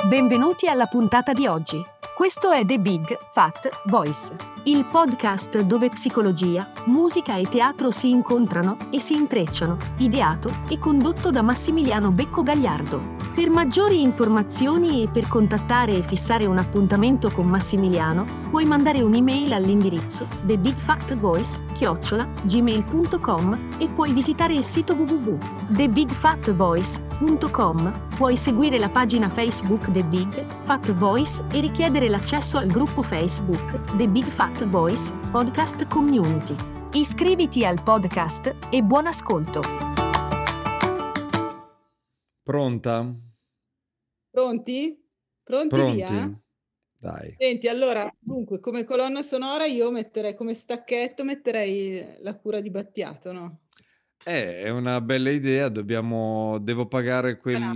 Benvenuti alla puntata di oggi. Questo è The Big Fat Voice, il podcast dove psicologia, musica e teatro si incontrano e si intrecciano, ideato e condotto da Massimiliano Becco Gagliardo. Per maggiori informazioni e per contattare e fissare un appuntamento con Massimiliano, puoi mandare un'email all'indirizzo thebigfatvoice@gmail.com e puoi visitare il sito www.thebigfatvoice.com. Puoi seguire la pagina Facebook The Big Fat Voice e richiedere l'accesso al gruppo Facebook The Big Fat Voice Podcast Community. Iscriviti al podcast e buon ascolto. Pronta? Pronti? Pronti Pronti? via? Dai. Senti, allora, dunque, come colonna sonora io metterei, come stacchetto, metterei La cura di Battiato, no? È una bella idea, devo pagare quelle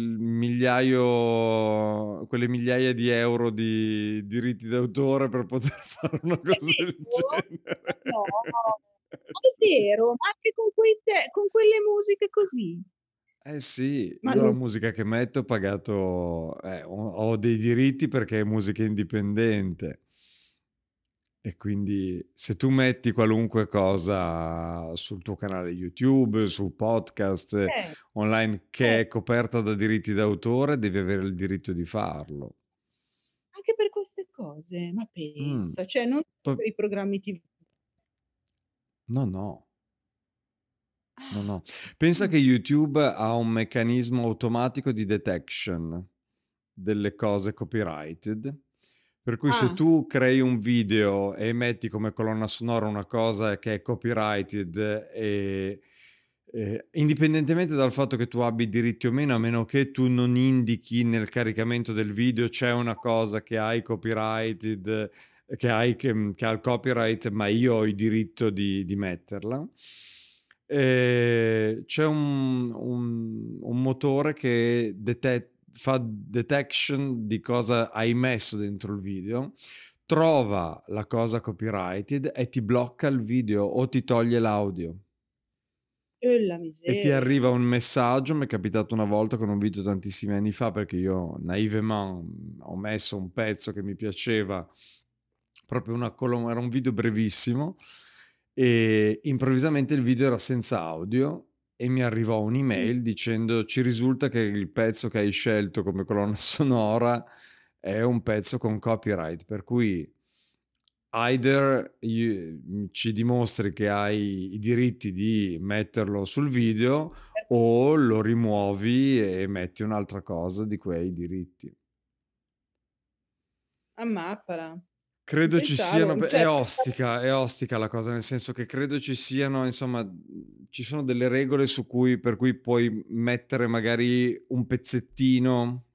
migliaia di euro di diritti d'autore per poter fare una È cosa del vero? genere. No, è vero, ma anche con quelle musiche così. Eh sì, Ma io la non... musica che metto ho pagato, ho dei diritti perché è musica indipendente. E quindi se tu metti qualunque cosa sul tuo canale YouTube, sul podcast, Eh, online che eh, è coperta da diritti d'autore, devi avere il diritto di farlo. anche per queste cose, ma Mh. pensa, cioè non solo Poi per i programmi TV. no, no, no, Ah, no. Pensa che mm, YouTube ha un meccanismo automatico di detection delle cose copyrighted, per cui se ah, tu crei un video e metti come colonna sonora una cosa che è copyrighted indipendentemente dal fatto che tu abbia i diritti o meno, a meno che tu non indichi nel caricamento del video c'è una cosa che hai copyrighted, che ha il copyright, ma io ho il diritto di metterla. C'è un motore che fa detection di cosa hai messo dentro il video, trova la cosa copyrighted e ti blocca il video o ti toglie l'audio. la E ti miseria. arriva un messaggio, mi è capitato una volta con un video tantissimi anni fa, perché io naivement ho messo un pezzo che mi piaceva, proprio era un video brevissimo, e improvvisamente il video era senza audio e mi arrivò Mm. un'email dicendo: ci risulta che il pezzo che hai scelto come colonna sonora è un pezzo con copyright, per cui ci dimostri che hai i diritti di metterlo sul video o lo rimuovi e metti un'altra cosa di cui hai i diritti. Ammappala. Non Credo ci siano, pensavo, è cioè, ostica la cosa, nel senso che credo ci siano, insomma, ci sono delle regole per cui puoi mettere magari un pezzettino,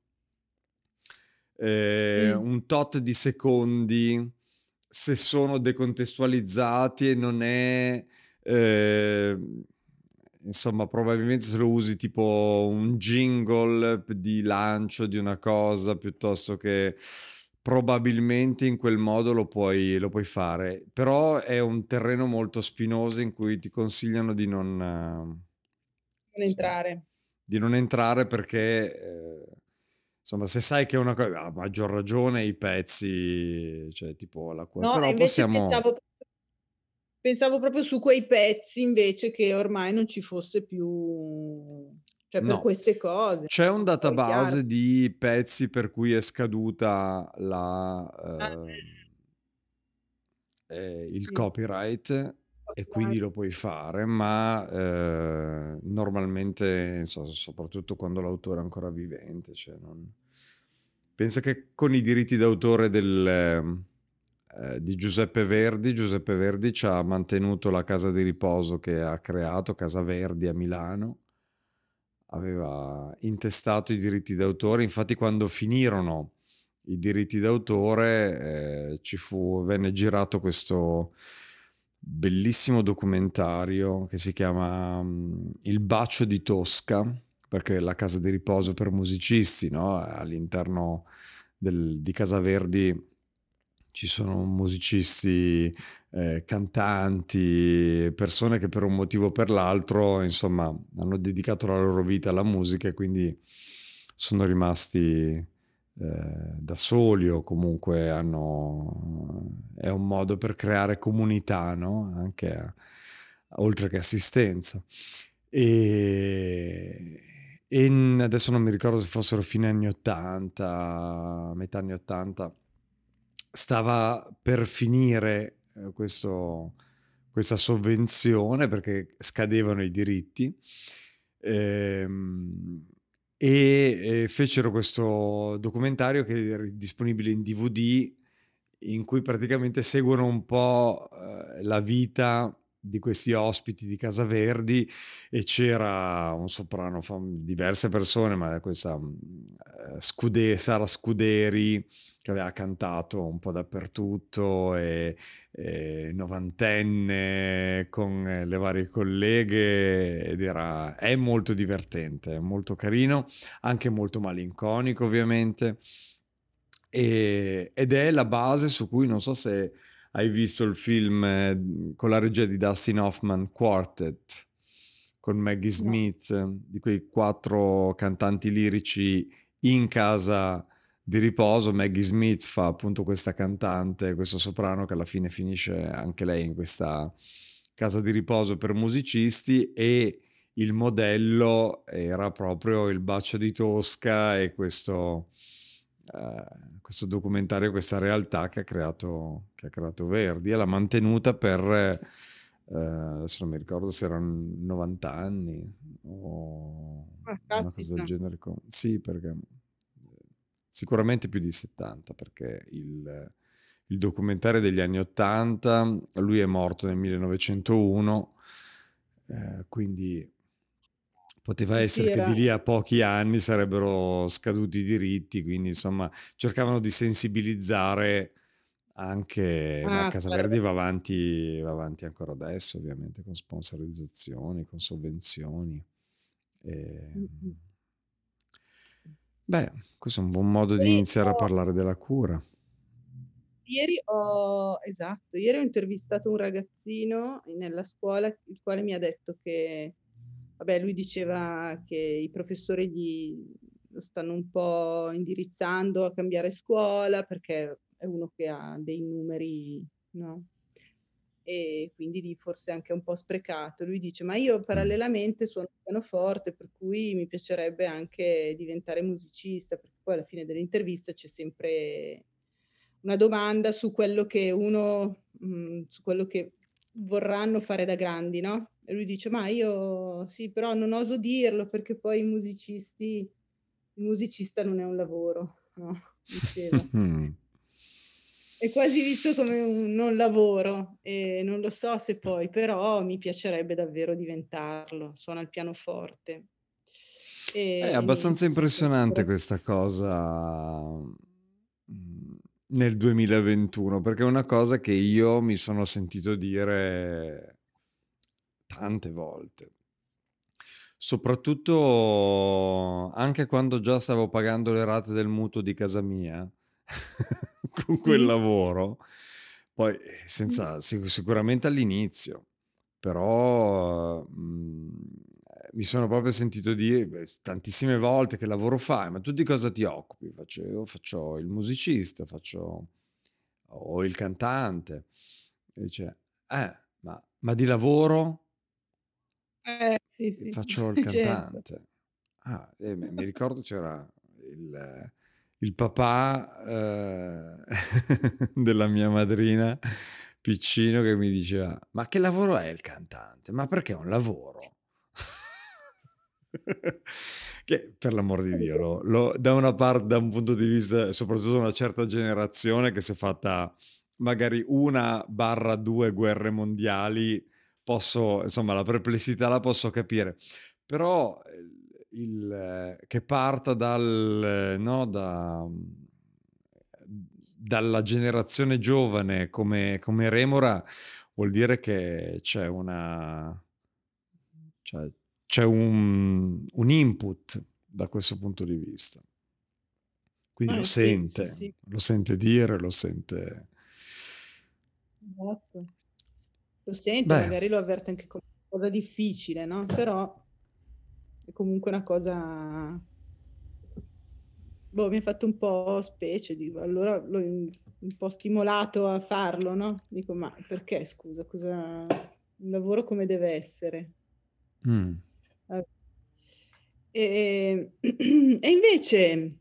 mm, un tot di secondi, se sono decontestualizzati e non è, ehm, insomma, probabilmente se lo usi tipo un jingle di lancio di una cosa, piuttosto che probabilmente in quel modo lo puoi fare. Però è un terreno molto spinoso in cui ti consigliano non insomma, entrare. di non entrare perché, insomma, se sai che è una cosa, a maggior ragione i pezzi, cioè tipo No, e però invece possiamo. pensavo proprio su quei pezzi invece che ormai non ci fosse più, cioè per No, queste cose, c'è un no, poi chiaro. database di pezzi per cui è scaduta Ah, il sì, copyright e quindi copyright. lo puoi fare, ma, normalmente soprattutto quando l'autore è ancora vivente, cioè non pensa che con i diritti d'autore di Giuseppe Verdi c'ha mantenuto la casa di riposo che ha creato, Casa Verdi a Milano. Aveva intestato i diritti d'autore, infatti quando finirono i diritti d'autore, venne girato questo bellissimo documentario che si chiama, Il bacio di Tosca, perché la casa di riposo per musicisti, no, all'interno di Casa Verdi ci sono musicisti, cantanti, persone che per un motivo o per l'altro, insomma, hanno dedicato la loro vita alla musica e quindi sono rimasti, da soli o comunque è un modo per creare comunità, no? Anche oltre che assistenza. E, adesso non mi ricordo se fossero fine anni 80, metà anni 80, stava per finire questa sovvenzione perché scadevano i diritti. Ehm, fecero questo documentario che era disponibile in DVD, in cui praticamente seguono un po' la vita di questi ospiti di Casa Verdi, e c'era un soprano, diverse persone, ma questa Sara Scuderi, che aveva cantato un po' dappertutto, e novantenne con le varie colleghe, è molto divertente, è molto carino, anche molto malinconico ovviamente, ed è la base su cui, non so se hai visto il film con la regia di Dustin Hoffman, Quartet, con Maggie No. Smith, di quei 4 cantanti lirici in casa di riposo. Maggie Smith fa appunto questa cantante, questo soprano, che alla fine finisce anche lei in questa casa di riposo per musicisti, e il modello era proprio Il bacio di Tosca, e questo documentario, questa realtà che ha creato Verdi, e l'ha mantenuta per, adesso non mi ricordo se erano 90 anni o Ah, una cosa del caspita. genere. Sì, perché sicuramente più di 70, perché il documentario è degli anni 80, lui è morto nel 1901, quindi poteva Sì, sì, essere che era di lì a pochi anni sarebbero scaduti i diritti, quindi insomma cercavano di sensibilizzare anche, ma Casa Verdi certo. va avanti ancora adesso, ovviamente, con sponsorizzazioni, con sovvenzioni. Mm, Ehm, mm. Beh, questo è un buon modo di Poi iniziare a parlare della cura. ieri ho intervistato un ragazzino nella scuola, il quale mi ha detto che, vabbè, lui diceva che i professori lo stanno un po' indirizzando a cambiare scuola perché è uno che ha dei numeri, no? E quindi lì forse anche un po' sprecato. Lui dice: "Ma io Mm. parallelamente suono il pianoforte, per cui mi piacerebbe anche diventare musicista", perché poi alla fine dell'intervista c'è sempre una domanda su quello che su quello che vorranno fare da grandi, no, e lui dice: "Ma io sì, però non oso dirlo perché poi il musicista non è un lavoro", no, diceva. È quasi visto come un non lavoro e non lo so se poi però mi piacerebbe davvero diventarlo. Suona il pianoforte. È E abbastanza niente, son impressionante questa cosa, nel 2021, perché è una cosa che io mi sono sentito dire tante volte. Soprattutto anche quando già stavo pagando le rate del mutuo di casa mia, con quel sì? lavoro, poi sicuramente all'inizio, però mi sono proprio sentito dire tantissime volte: "Che lavoro fai? Ma tu di cosa ti occupi?" Io faccio il musicista, o il cantante. E dice: ma di lavoro?" Sì, sì, Faccio il certo. cantante. Mi ricordo c'era il papà, della mia madrina, piccino, che mi diceva: "Ma che lavoro è il cantante? Ma perché è un lavoro?" Che, per l'amor di Dio, da un punto di vista, soprattutto una certa generazione che si è fatta magari 1/2 guerre mondiali, insomma, la perplessità la posso capire. Però, che parta no, dalla generazione giovane come remora, vuol dire che cioè c'è un input da questo punto di vista. Quindi Sì, sì, sì, lo sente dire, lo sente. esatto. Lo sente, Beh, magari lo avverte anche come una cosa difficile, no, però è comunque una cosa boh, mi ha fatto un po' specie, dico, allora l'ho un po' stimolato a farlo, no? Dico, ma perché, scusa, cosa, un lavoro come deve essere? Mm. Eh, E, e invece,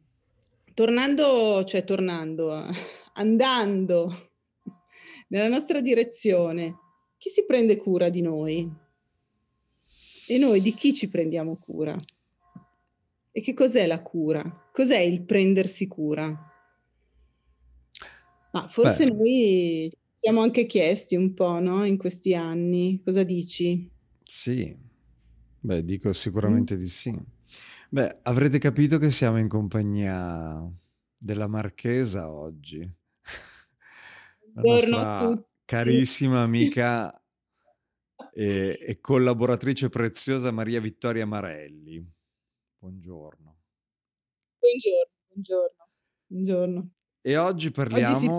andando nella nostra direzione, chi si prende cura di noi? E noi di chi ci prendiamo cura? E che cos'è la cura? Cos'è il prendersi cura? Ma Beh, forse noi ci siamo anche chiesti un po', no? In questi anni, cosa dici? sì, beh, dico Mm? sicuramente di sì. Beh, avrete capito che siamo in compagnia della Marchesa oggi, la Buongiorno a nostra tutti. carissima amica e collaboratrice preziosa Maria Vittoria Marelli. Buongiorno. Buongiorno, buongiorno, buongiorno. E oggi Oggi si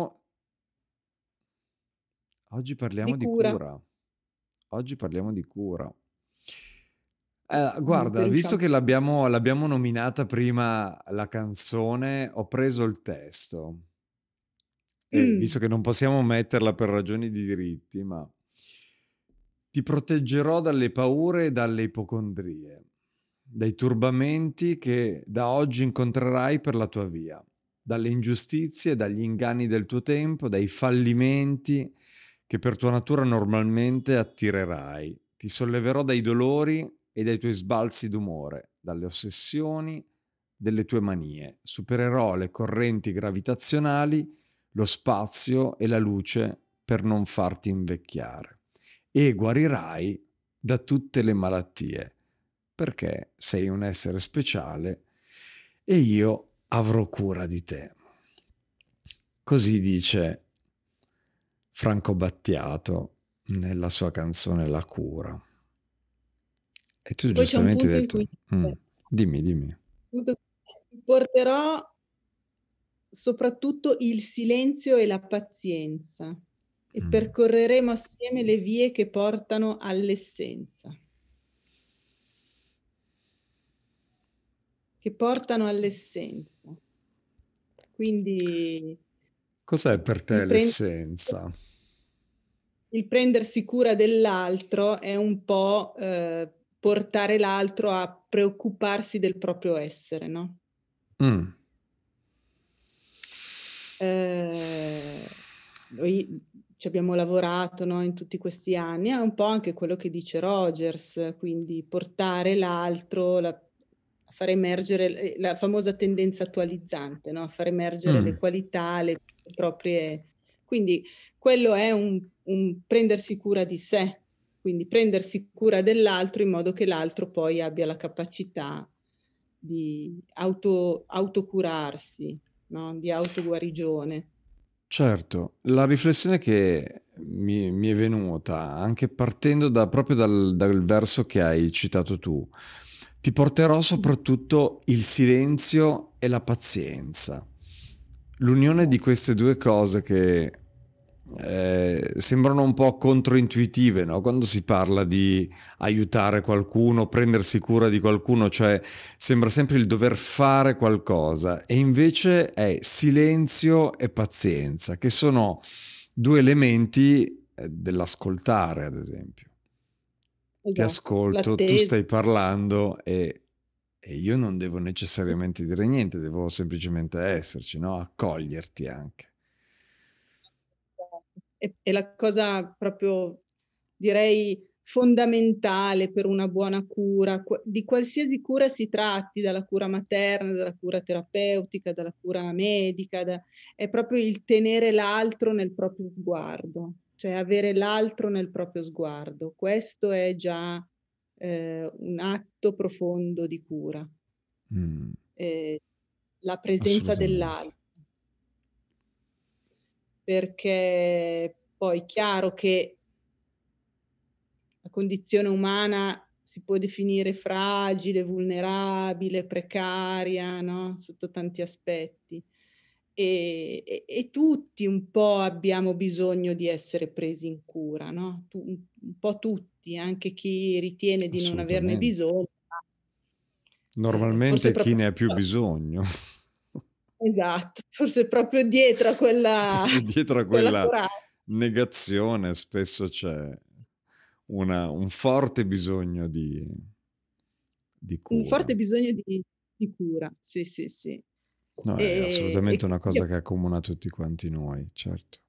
parliamo di di cura, cura. Oggi parliamo di cura. Guarda, per il visto campo. che l'abbiamo nominata prima la canzone, ho preso il testo. E visto Mm, che non possiamo metterla per ragioni di diritti, ma ti proteggerò dalle paure e dalle ipocondrie, dai turbamenti che da oggi incontrerai per la tua via, dalle ingiustizie, dagli inganni del tuo tempo, dai fallimenti che per tua natura normalmente attirerai. Ti solleverò dai dolori e dai tuoi sbalzi d'umore, dalle ossessioni delle tue manie. Supererò le correnti gravitazionali, lo spazio e la luce per non farti invecchiare e guarirai da tutte le malattie, perché sei un essere speciale e io avrò cura di te. Così dice Franco Battiato nella sua canzone La cura. E tu Poi c'è un giustamente hai punto in cui detto, dimmi, dimmi. porterò soprattutto il silenzio e la pazienza e Mm. percorreremo assieme le vie che portano all'essenza. Che portano all'essenza. Quindi Cos'è per te il prend l'essenza? il prendersi cura dell'altro è un po', portare l'altro a preoccuparsi del proprio essere, no? Mm. Noi ci abbiamo lavorato, no, in tutti questi anni, è un po' anche quello che dice Rogers, quindi portare l'altro, a far emergere la famosa tendenza attualizzante, no? A far emergere le Mm. qualità, le proprie. Quindi quello è un prendersi cura di sé, quindi prendersi cura dell'altro in modo che l'altro poi abbia la capacità di autocurarsi, no? Di autoguarigione. Certo, la riflessione che mi è venuta, anche partendo proprio dal verso che hai citato tu, ti porterò soprattutto il silenzio e la pazienza. L'unione di Esatto. queste due cose che sembrano un po' controintuitive, no? Quando si parla di aiutare qualcuno, prendersi cura di qualcuno, cioè sembra sempre il dover fare qualcosa e invece è silenzio e pazienza, che sono due elementi dell'ascoltare, ad esempio. Ti Esatto, ascolto, tu l'attesa. stai parlando e io non devo necessariamente dire niente, devo semplicemente esserci, no? Accoglierti anche. E la cosa proprio, direi, fondamentale per una buona cura, di qualsiasi cura si tratti, dalla cura materna, dalla cura terapeutica, dalla cura medica, è proprio il tenere l'altro nel proprio sguardo, cioè avere l'altro nel proprio sguardo. Questo è già un atto profondo di cura. Mm, Ehm, la presenza assolutamente. dell'altro. Perché poi chiaro che la condizione umana si può definire fragile, vulnerabile, precaria, no, sotto tanti aspetti. E tutti un po' abbiamo bisogno di essere presi in cura, no, un po' tutti, anche chi ritiene di non averne Assolutamente. bisogno, ma, forse Normalmente chi proprio ne ha più bisogno. esatto, forse proprio dietro a quella Dietro a quella quella coraggio. negazione spesso c'è un forte bisogno di Un cura. forte bisogno di cura, sì, sì, sì. No, è E assolutamente una quindi cosa che accomuna tutti quanti noi, certo.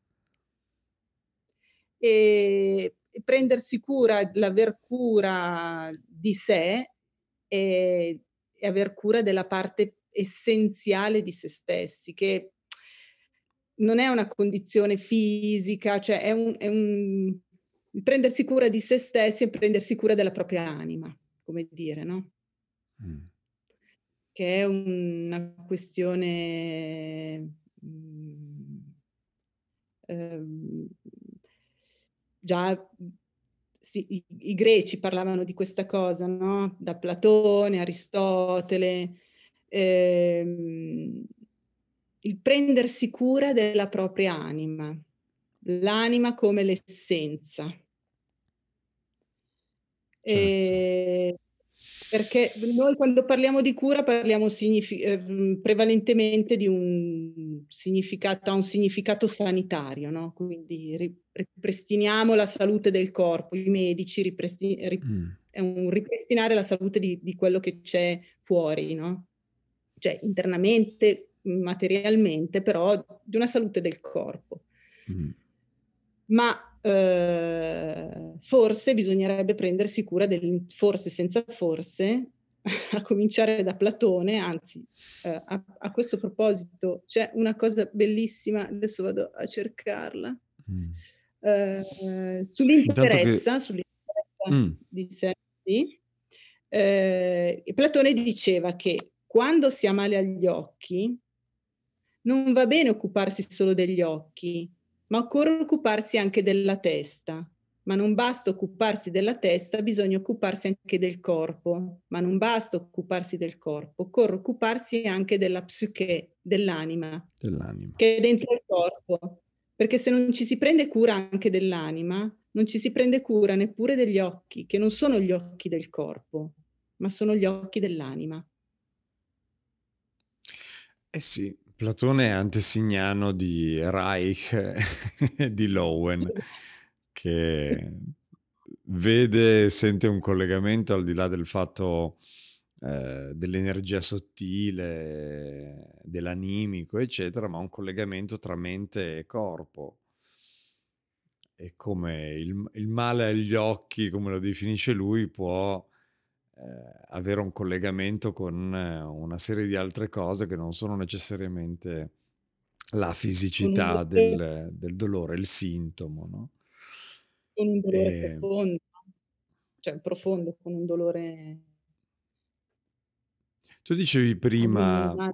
e prendersi cura, l'aver cura di sé, e aver cura della parte essenziale di se stessi, che non è una condizione fisica, cioè è un il prendersi cura di se stessi e prendersi cura della propria anima, come dire, no, Mh. che è una questione, ehm, già, sì, i greci parlavano di questa cosa, no, da Platone, Aristotele, ehm, il prendersi cura della propria anima, l'anima come l'essenza. Certo. Ehm, perché noi quando parliamo di cura parliamo prevalentemente di un significato, ha un significato sanitario, no, quindi ripristiniamo la salute del corpo. I medici Mh. è un ripristinare la salute di quello che c'è fuori, no, cioè internamente, materialmente, però di una salute del corpo. Mh. Ma, forse bisognerebbe prendersi cura forse senza forse, a cominciare da Platone, anzi, a questo proposito c'è una cosa bellissima, adesso vado a cercarla, Mh. Intanto che sull'interezza mh. di sé, sì. E Platone diceva che quando si ha male agli occhi non va bene occuparsi solo degli occhi, ma occorre occuparsi anche della testa. Ma non basta occuparsi della testa, bisogna occuparsi anche del corpo. Ma non basta occuparsi del corpo, occorre occuparsi anche della psiche, dell'anima, Dell'anima. che è dentro il corpo. Perché se non ci si prende cura anche dell'anima, non ci si prende cura neppure degli occhi, che non sono gli occhi del corpo, ma sono gli occhi dell'anima. Eh sì, Platone è antesignano di Reich e di Lowen, che vede e sente un collegamento al di là del fatto, dell'energia sottile, dell'animico, eccetera, ma un collegamento tra mente e corpo. E come il male agli occhi, come lo definisce lui, può, avere un collegamento con una serie di altre cose che non sono necessariamente la Con un fisicità dolore del dolore, il sintomo, no? con un dolore Ehm, profondo, cioè profondo, con un dolore Tu dicevi prima addominale.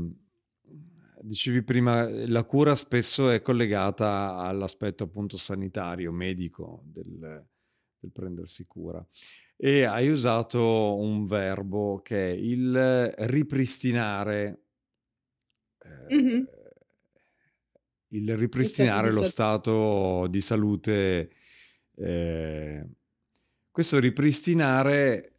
la cura spesso è collegata all'aspetto appunto sanitario, medico del prendersi cura e hai usato un verbo che è il ripristinare, Mh-mh. ehm, il Lo stato ripristinare di lo salute. stato di salute, ehm, questo ripristinare,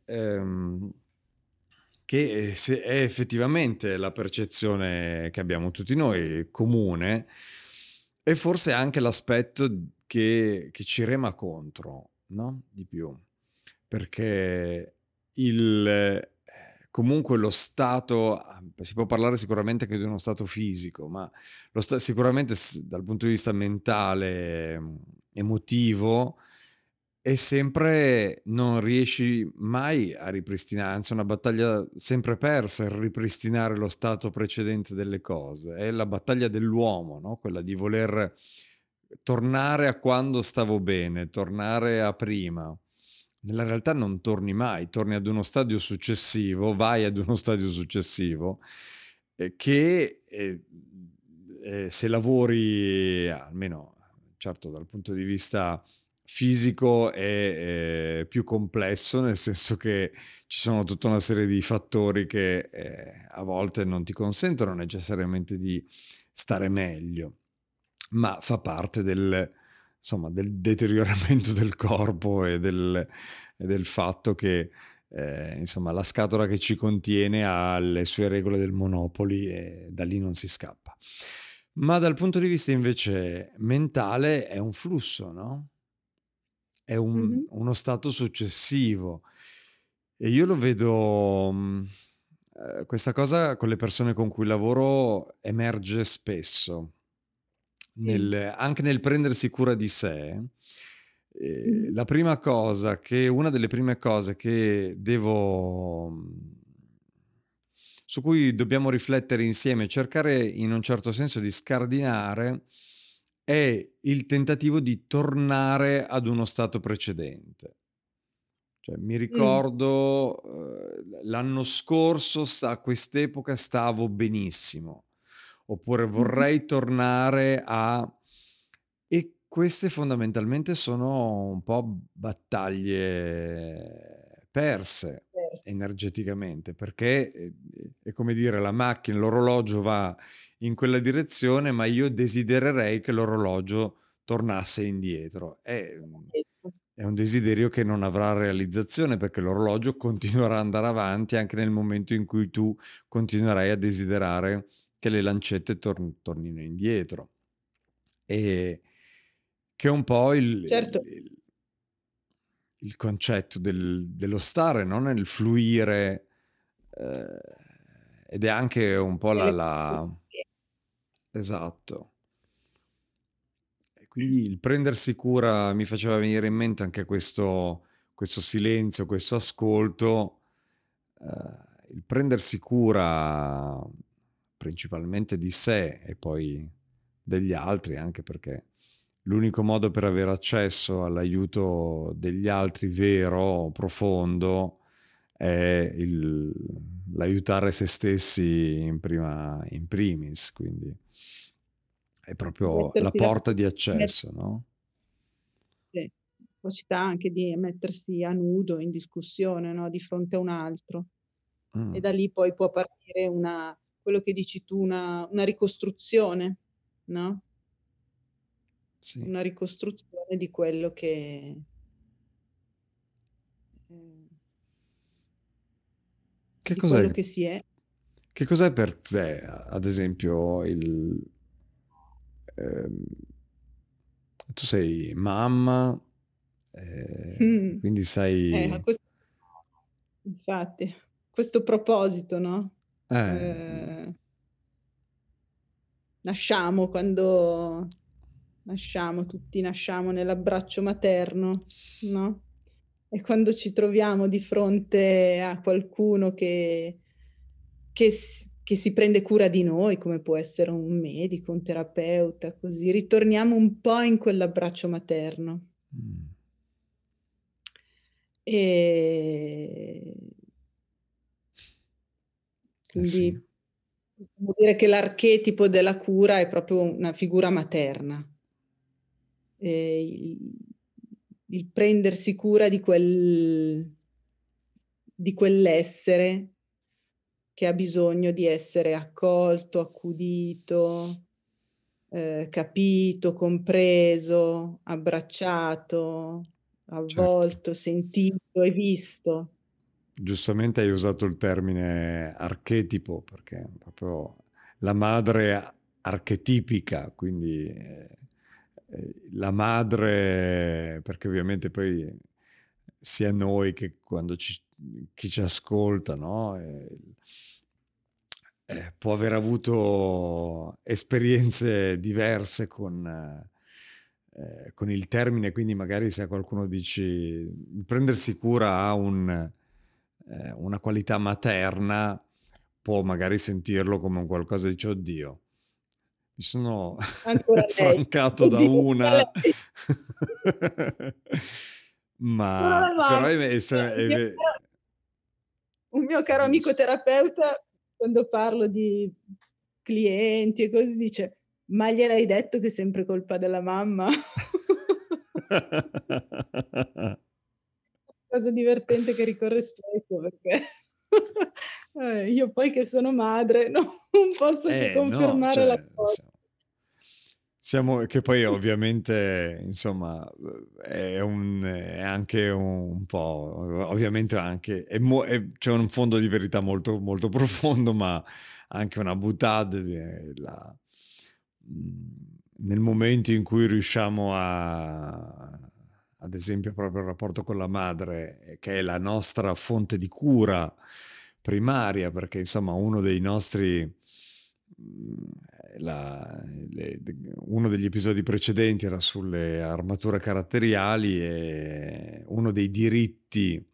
che, se è effettivamente la percezione che abbiamo tutti noi, comune, e forse anche l'aspetto che ci rema contro, no, di più. Perché comunque lo stato si può parlare sicuramente anche di uno stato fisico, ma sicuramente dal punto di vista mentale, emotivo, e sempre non riesci mai a anzi è una battaglia sempre persa il ripristinare lo stato precedente delle cose. È la battaglia dell'uomo, no, quella di voler tornare a quando stavo bene, tornare a prima. Nella realtà non torni mai, torni ad uno stadio successivo, vai ad uno stadio successivo, che, se lavori almeno certo dal punto di vista fisico è, più complesso, nel senso che ci sono tutta una serie di fattori che, a volte non ti consentono necessariamente di stare meglio, ma fa parte del deterioramento del corpo e del fatto che, insomma la scatola che ci contiene ha le sue regole del Monopoly e da lì non si scappa. Ma dal punto di vista invece mentale è un flusso, no? È Mh-mh. uno stato successivo e io lo vedo, questa cosa con le persone con cui lavoro emerge spesso, Sì. anche nel prendersi cura di sé. Mh-mh. La prima cosa che una delle prime cose che devo su cui dobbiamo riflettere insieme, cercare in un certo senso di scardinare, è il tentativo di tornare ad uno stato precedente. Cioè, mi Mh. ricordo, l'anno scorso a quest'epoca stavo benissimo, oppure Mh-mh. vorrei tornare a e queste fondamentalmente sono un po' battaglie perse Certo. energeticamente, perché, è come dire la macchina, l'orologio va in quella direzione, ma io desidererei che l'orologio tornasse indietro. È un desiderio che non avrà realizzazione, perché l'orologio continuerà ad andare avanti anche nel momento in cui tu continuerai a desiderare che le lancette tornino indietro. E che è un po' Certo, il concetto dello stare, no, nel fluire, ehm, ed è anche un po' nelle la esatto. E quindi il prendersi cura mi faceva venire in mente anche questo silenzio, questo ascolto, il prendersi cura principalmente di sé e poi degli altri, anche perché l'unico modo per avere accesso all'aiuto degli altri vero, profondo, è l'aiutare se stessi in primis, quindi è proprio la mettersi la porta di met accesso, no? sì, capacità anche di mettersi a nudo in discussione, no, di fronte a un altro. E Mh, da lì poi può partire una quello che dici tu, una ricostruzione, no, sì. una ricostruzione ehm, Che di quello cos'è che si è. che cos'è per te, ad esempio, ehm, tu sei mamma, Mh. quindi A sai ques infatti, questo proposito, no, mh, ehm, nasciamo quando nasciamo, tutti nasciamo nell'abbraccio materno, no, e quando ci troviamo di fronte a qualcuno che si prende cura di noi, come può essere un medico, un terapeuta, così, ritorniamo un po' in quell'abbraccio materno. mh, Ehm, eh sì, quindi possiamo dire che l'archetipo della cura è proprio una figura materna. Il prendersi cura di quell'essere che ha bisogno di essere accolto, accudito, capito, compreso, abbracciato, certo. avvolto, sentito e visto. Giustamente hai usato il termine archetipo, perché è proprio la madre archetipica, quindi, la madre perché ovviamente poi sia noi che quando chi ci ascolta, no, può aver avuto esperienze diverse con il termine, quindi magari se a qualcuno dici il prendersi cura ha una qualità materna, può magari sentirlo come un qualcosa dice: "Oddio, mi sono Ancora lei. affrancato da Oddio, ancora una" lei. Ancora ma la però mamma. è ve Un mio è caro amico giusto. terapeuta, quando parlo di clienti e così, dice: "Ma gliel'hai detto che è sempre colpa della mamma?" Cosa divertente che ricorre spesso perché io poi che sono madre non posso che No, confermare la cioè cosa. Che poi ovviamente, insomma, è anche un po', ovviamente anche, c'è un fondo di verità molto, molto profondo, ma anche una boutade, nel momento in cui riusciamo ad esempio, proprio il rapporto con la madre, che è la nostra fonte di cura primaria, perché insomma uno dei nostri, mh, uno degli episodi precedenti era sulle armature caratteriali, e uno dei diritti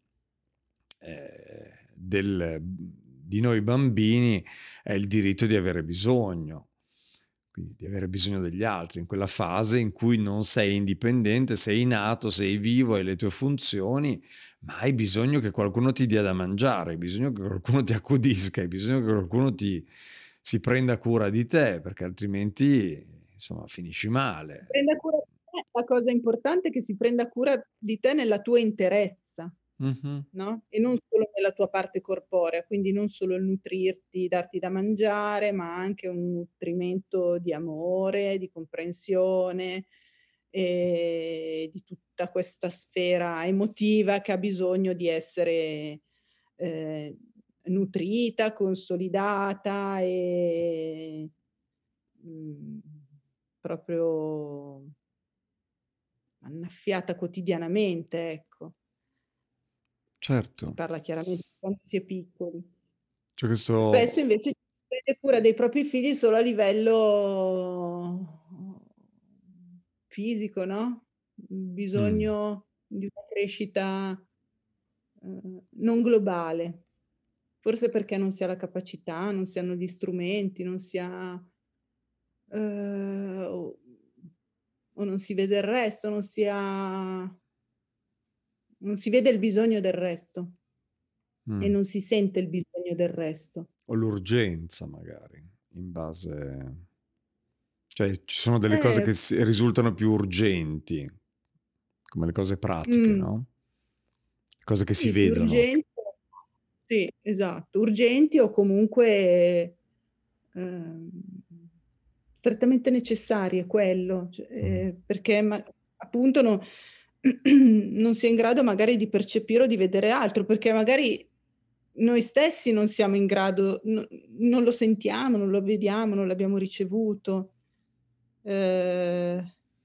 di noi bambini è il diritto di avere bisogno, quindi di avere bisogno degli altri, in quella fase in cui non sei indipendente, sei nato, sei vivo, hai le tue funzioni, ma hai bisogno che qualcuno ti dia da mangiare, hai bisogno che qualcuno ti accudisca, hai bisogno che qualcuno si prenda cura di te, perché altrimenti, insomma, finisci male. Prenda cura di te, la cosa importante è che si prenda cura di te nella tua interezza, Mh-mh. no, e non solo nella tua parte corporea, quindi non solo il nutrirti, darti da mangiare, ma anche un nutrimento di amore, di comprensione, di tutta questa sfera emotiva che ha bisogno di essere, ehm, nutrita, consolidata mhmm, proprio annaffiata quotidianamente, ecco. Si Certo, parla chiaramente di quando si è piccoli. c'è Spesso questo. invece ci si prende cura dei propri figli solo a livello fisico, no, Mh. bisogno di una crescita, non globale. Forse perché non si ha la capacità, non si hanno gli strumenti, non si ha, o non si vede il resto, non si vede il bisogno del resto e Mh. non si sente il bisogno del resto. O l'urgenza magari, in base, cioè ci sono delle cose Eh, che risultano più urgenti, come le cose pratiche, mh, no, cose che si sì, più vedono. urgenti, sì, esatto, urgenti o comunque, ehm, strettamente necessarie, quello, cioè, Mh. perché appunto non si è in grado magari di percepire o di vedere altro, perché magari noi stessi non siamo in grado, non lo sentiamo, non lo vediamo, non l'abbiamo ricevuto. Ehm,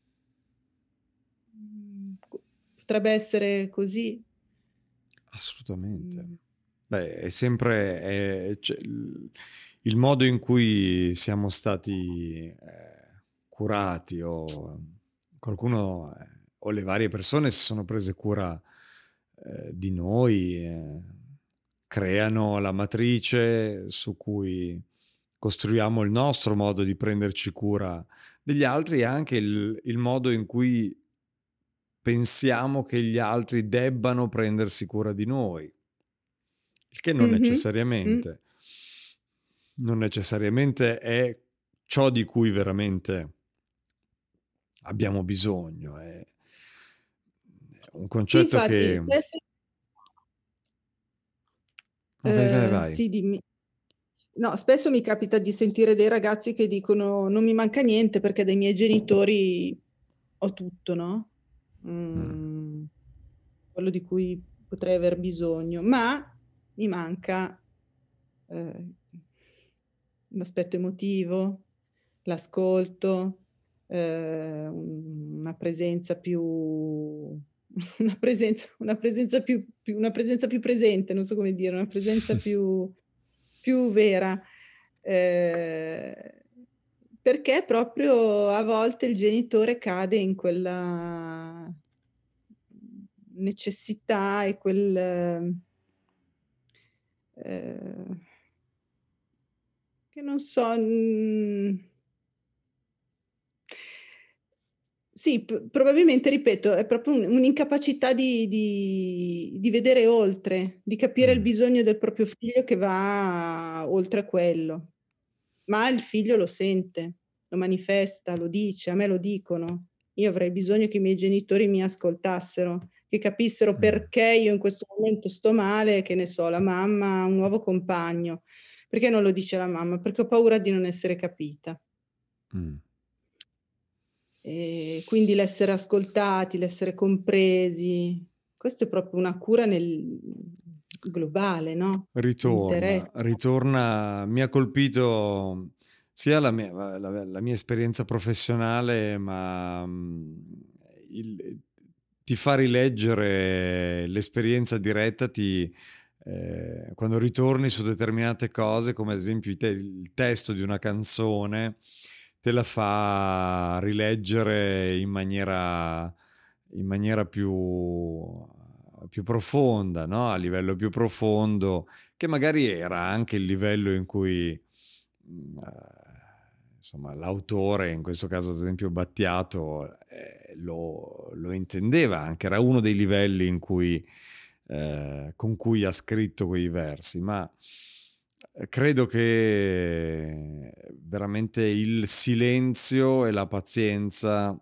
potrebbe essere così. Assolutamente. Mh. Beh, è sempre, cioè il modo in cui siamo stati, curati, o qualcuno, o le varie persone si sono prese cura, di noi, creano la matrice su cui costruiamo il nostro modo di prenderci cura degli altri, e anche il modo in cui pensiamo che gli altri debbano prendersi cura di noi, il che Mh-mh. necessariamente non necessariamente è ciò di cui veramente abbiamo bisogno. È un Sì, concetto infatti che. spesso No, vai, vai, vai. sì, dimmi. No, spesso mi capita di sentire dei ragazzi che dicono: "Non mi manca niente perché dai miei genitori ho tutto", no, Mh, mhmm, quello di cui potrei aver bisogno, ma mi manca, ehm, l'aspetto emotivo, l'ascolto, una presenza più una presenza più presente, non so come dire, una presenza più vera. Ehm, perché proprio a volte il genitore cade in quella, necessità e ehm, che non so, sì, probabilmente ripeto, è proprio un'incapacità di vedere oltre, di capire il mh, bisogno del proprio figlio che va oltre a quello. Ma il figlio lo sente, lo manifesta, lo dice, a me lo dicono. Io avrei bisogno che i miei genitori mi ascoltassero, che capissero mh, perché io in questo momento sto male, che ne so, la mamma ha un nuovo compagno. Perché non lo dice la mamma? Perché ho paura di non essere capita. mh. Quindi l'essere ascoltati, l'essere compresi, questo è proprio una cura nel globale, no, Ritorna, l'interesse. ritorna mi ha colpito sia la mia esperienza professionale, ma, il ti fa rileggere l'esperienza diretta, quando ritorni su determinate cose, come ad esempio il testo di una canzone, te la fa rileggere in maniera più profonda, no, a livello più profondo, che magari era anche il livello in cui, insomma l'autore, in questo caso ad esempio Battiato, lo intendeva anche, era uno dei livelli in cui con cui ha scritto quei versi, ma, credo che veramente il silenzio e la pazienza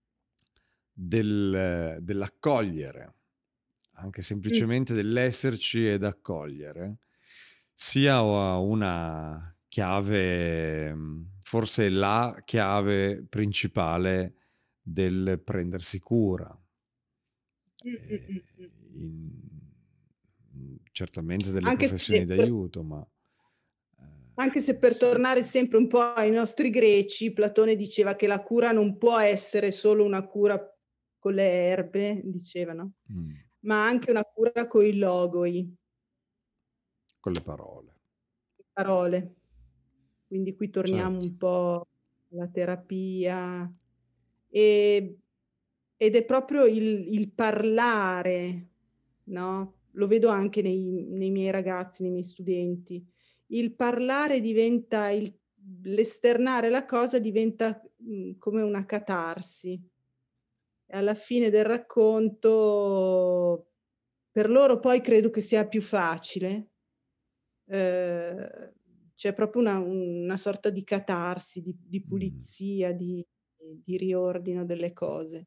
dell'accogliere, anche Mh. semplicemente dell'esserci ed accogliere, sia una chiave, forse la chiave principale del prendersi cura. In certamente delle Anche professioni se per d'aiuto, ma, Anche se per sì. tornare sempre un po' ai nostri greci, Platone diceva che la cura non può essere solo una cura con le erbe, diceva, no, Mh, ma anche una cura coi logoi, con le parole. parole. Quindi qui torniamo Certo. un po' alla terapia, ehm, ed è proprio il parlare, no, lo vedo anche nei miei ragazzi, nei miei studenti. Il parlare diventa l'esternare la cosa diventa, come una catarsi. E alla fine del racconto per loro poi credo che sia più facile. Ehm, c'è proprio una sorta di catarsi, di Mh. pulizia, di riordino delle cose.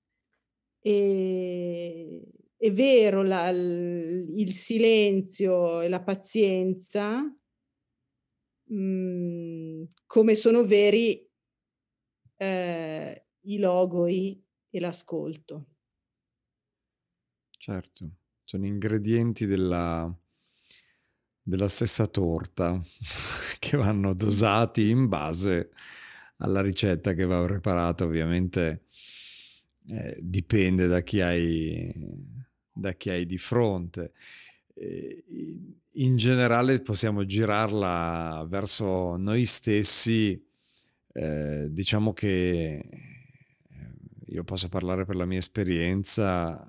Ehm, è vero il silenzio e la pazienza, come sono veri, i logoi e l'ascolto. Certo, sono ingredienti della stessa torta che vanno dosati in base alla ricetta che va preparata. Ovviamente, dipende da chi hai di fronte. In generale possiamo girarla verso noi stessi, diciamo che, io posso parlare per la mia esperienza,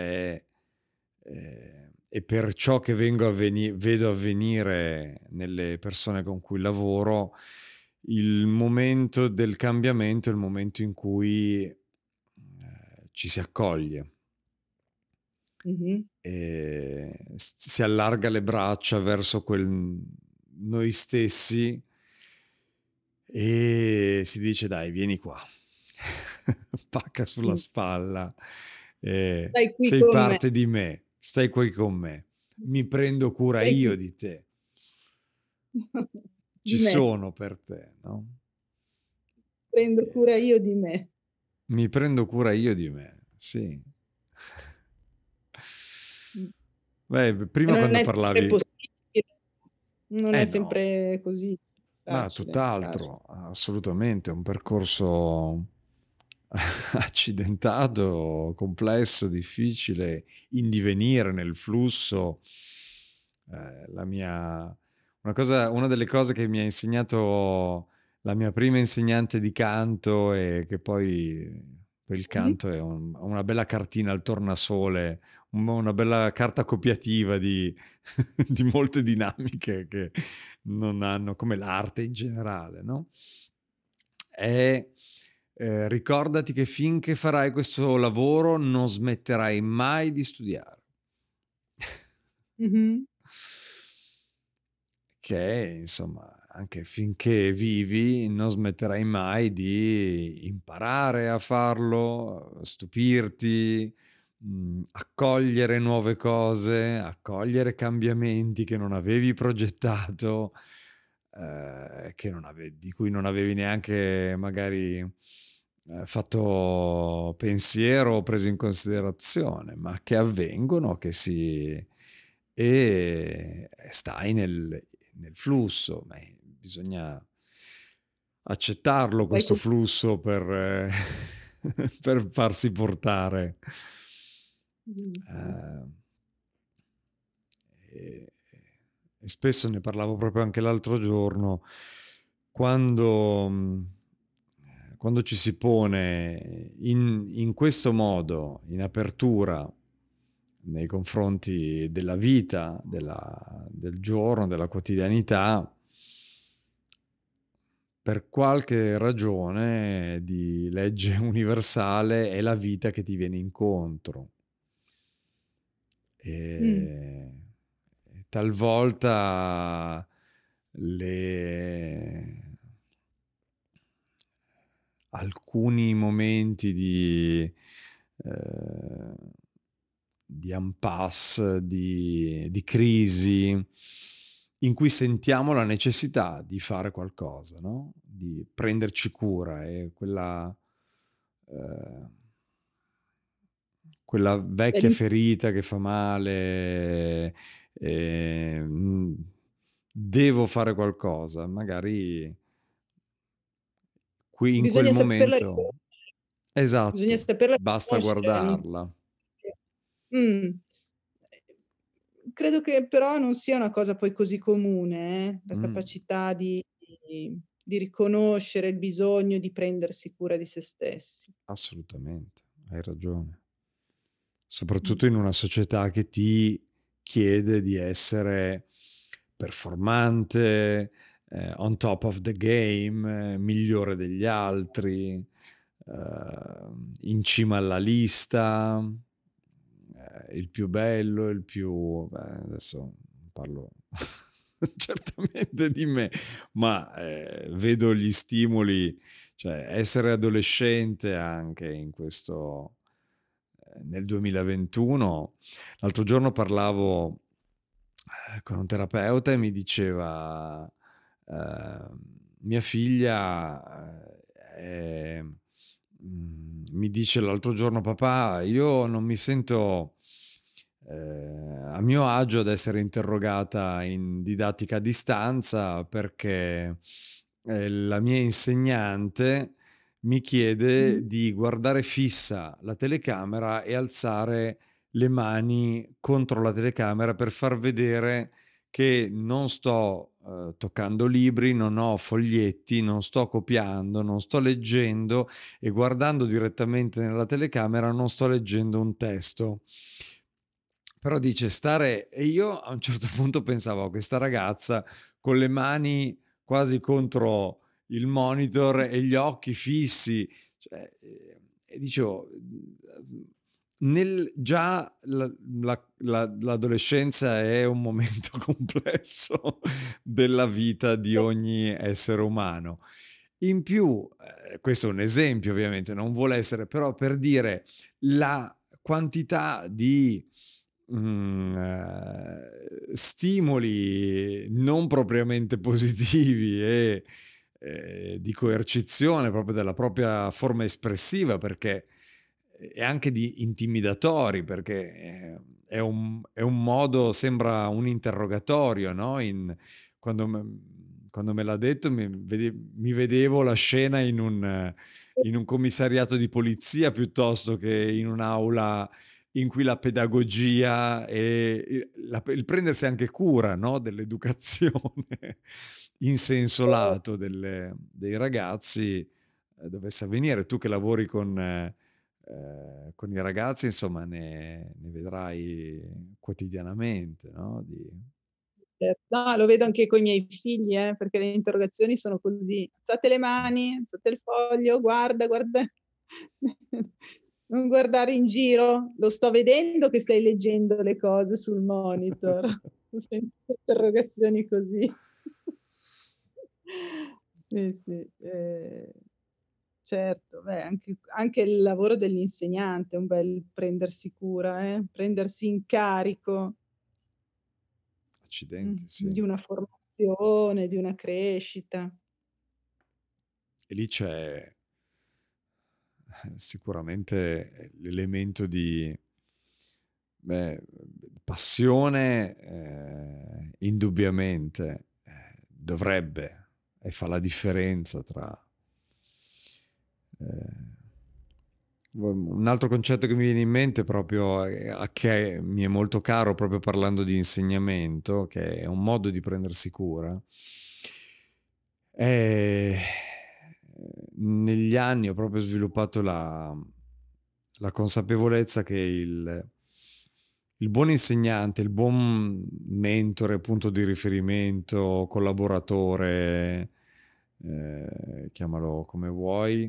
e per ciò che vedo avvenire nelle persone con cui lavoro, il momento del cambiamento è il momento in cui, ci si accoglie, Mh-mh. si allarga le braccia verso noi stessi e si dice: "Dai, vieni qua." Pacca sulla Mh. spalla, Stai qui "Sei con me. parte di me, stai qui con me, mi prendo cura Stai qui io di te, ci di me. sono per te", no, Prendo cura io di me. mi prendo cura io di me, sì. Mh. Beh, E prima non quando è sempre parlavi possibile, non è eh no. sempre così Ma facile, tutt'altro, assolutamente, è un percorso accidentato, complesso, difficile, in divenire, nel flusso. La mia una delle cose che mi ha insegnato la mia prima insegnante di canto, e che poi il Mh-mh. canto è una bella cartina al tornasole, una bella carta copiativa di di molte dinamiche che non hanno, come l'arte in generale, no, è, ricordati che finché farai questo lavoro non smetterai mai di studiare. Mh-mh. Che insomma, anche finché vivi non smetterai mai di imparare a farlo, stupirti, accogliere nuove cose, accogliere cambiamenti che non avevi progettato, che non ave di cui non avevi neanche magari, fatto pensiero o preso in considerazione, ma che avvengono, che si e stai nel flusso, ma bisogna accettarlo Stai questo con flusso per per farsi portare. mh-mh. Ehm, e e spesso ne parlavo proprio anche l'altro giorno, quando quando ci si pone in questo modo, in apertura nei confronti della vita, del giorno, della quotidianità, per qualche ragione di legge universale è la vita che ti viene incontro. Mh. E talvolta le alcuni momenti ehm, di impasse, di crisi, in cui sentiamo la necessità di fare qualcosa, no, di prenderci cura e ehm, quella vecchia L'in ferita che fa male, ehm, devo fare qualcosa, magari qui in quel bisogna saperla momento riconoscere, bisogna esatto, saperla basta riconoscere ogni guardarla. Mh. Credo che però non sia una cosa poi così comune, la Mh, capacità di riconoscere il bisogno di prendersi cura di se stessi. assolutamente, hai ragione. Mh. Soprattutto in una società che ti chiede di essere performante, on top of the game, migliore degli altri, in cima alla lista, il più bello, il più adesso non parlo certamente di me, ma, vedo gli stimoli, cioè essere adolescente anche in questo nel 2021. L'altro giorno parlavo, con un terapeuta e mi diceva, ehm, mia figlia, mi dice l'altro giorno: "Papà, io non mi sento, a mio agio ad essere interrogata in didattica a distanza perché, la mia insegnante mi Mh-mh. chiede di guardare fissa la telecamera e alzare le mani contro la telecamera per far vedere che non sto, toccando libri, non ho foglietti, non sto copiando, non sto leggendo e guardando direttamente nella telecamera non sto leggendo un testo. Però dice stare e io a un certo punto pensavo a questa ragazza con le mani quasi contro il monitor e gli occhi fissi, cioè, e dicevo, nel già l'adolescenza è un momento complesso della vita di ogni essere umano. In più, questo è un esempio ovviamente, non vuole essere però per dire la quantità di stimoli non propriamente positivi di coercizione proprio della propria forma espressiva, perché e anche di intimidatori, perché, è un modo sembra un interrogatorio, no, quando me l'ha detto mi vedevo la scena in un commissariato di polizia piuttosto che in un'aula in cui la pedagogia e il prendersi anche cura, no, dell'educazione in senso lato dei ragazzi, dovesse avvenire. Tu che lavori con i ragazzi, insomma, ne vedrai quotidianamente, no, di No, lo vedo anche coi miei figli, perché le interrogazioni sono così: "Alzate le mani, alzate il foglio, guarda, guarda." Non guardare in giro, lo sto vedendo che stai leggendo le cose sul monitor. Sempre interrogazioni così. Sì, sì, certo, beh, anche il lavoro dell'insegnante è un bel prendersi cura, prendersi in carico. accidenti, sì. Di una formazione, di una crescita. E lì c'è sicuramente l'elemento di passione, indubbiamente dovrebbe e fa la differenza tra... Un altro concetto che mi viene in mente proprio, che mi è molto caro proprio parlando di insegnamento, che è un modo di prendersi cura, è... negli anni ho proprio sviluppato la consapevolezza che il buon insegnante, il buon mentore, punto di riferimento, collaboratore, chiamalo come vuoi,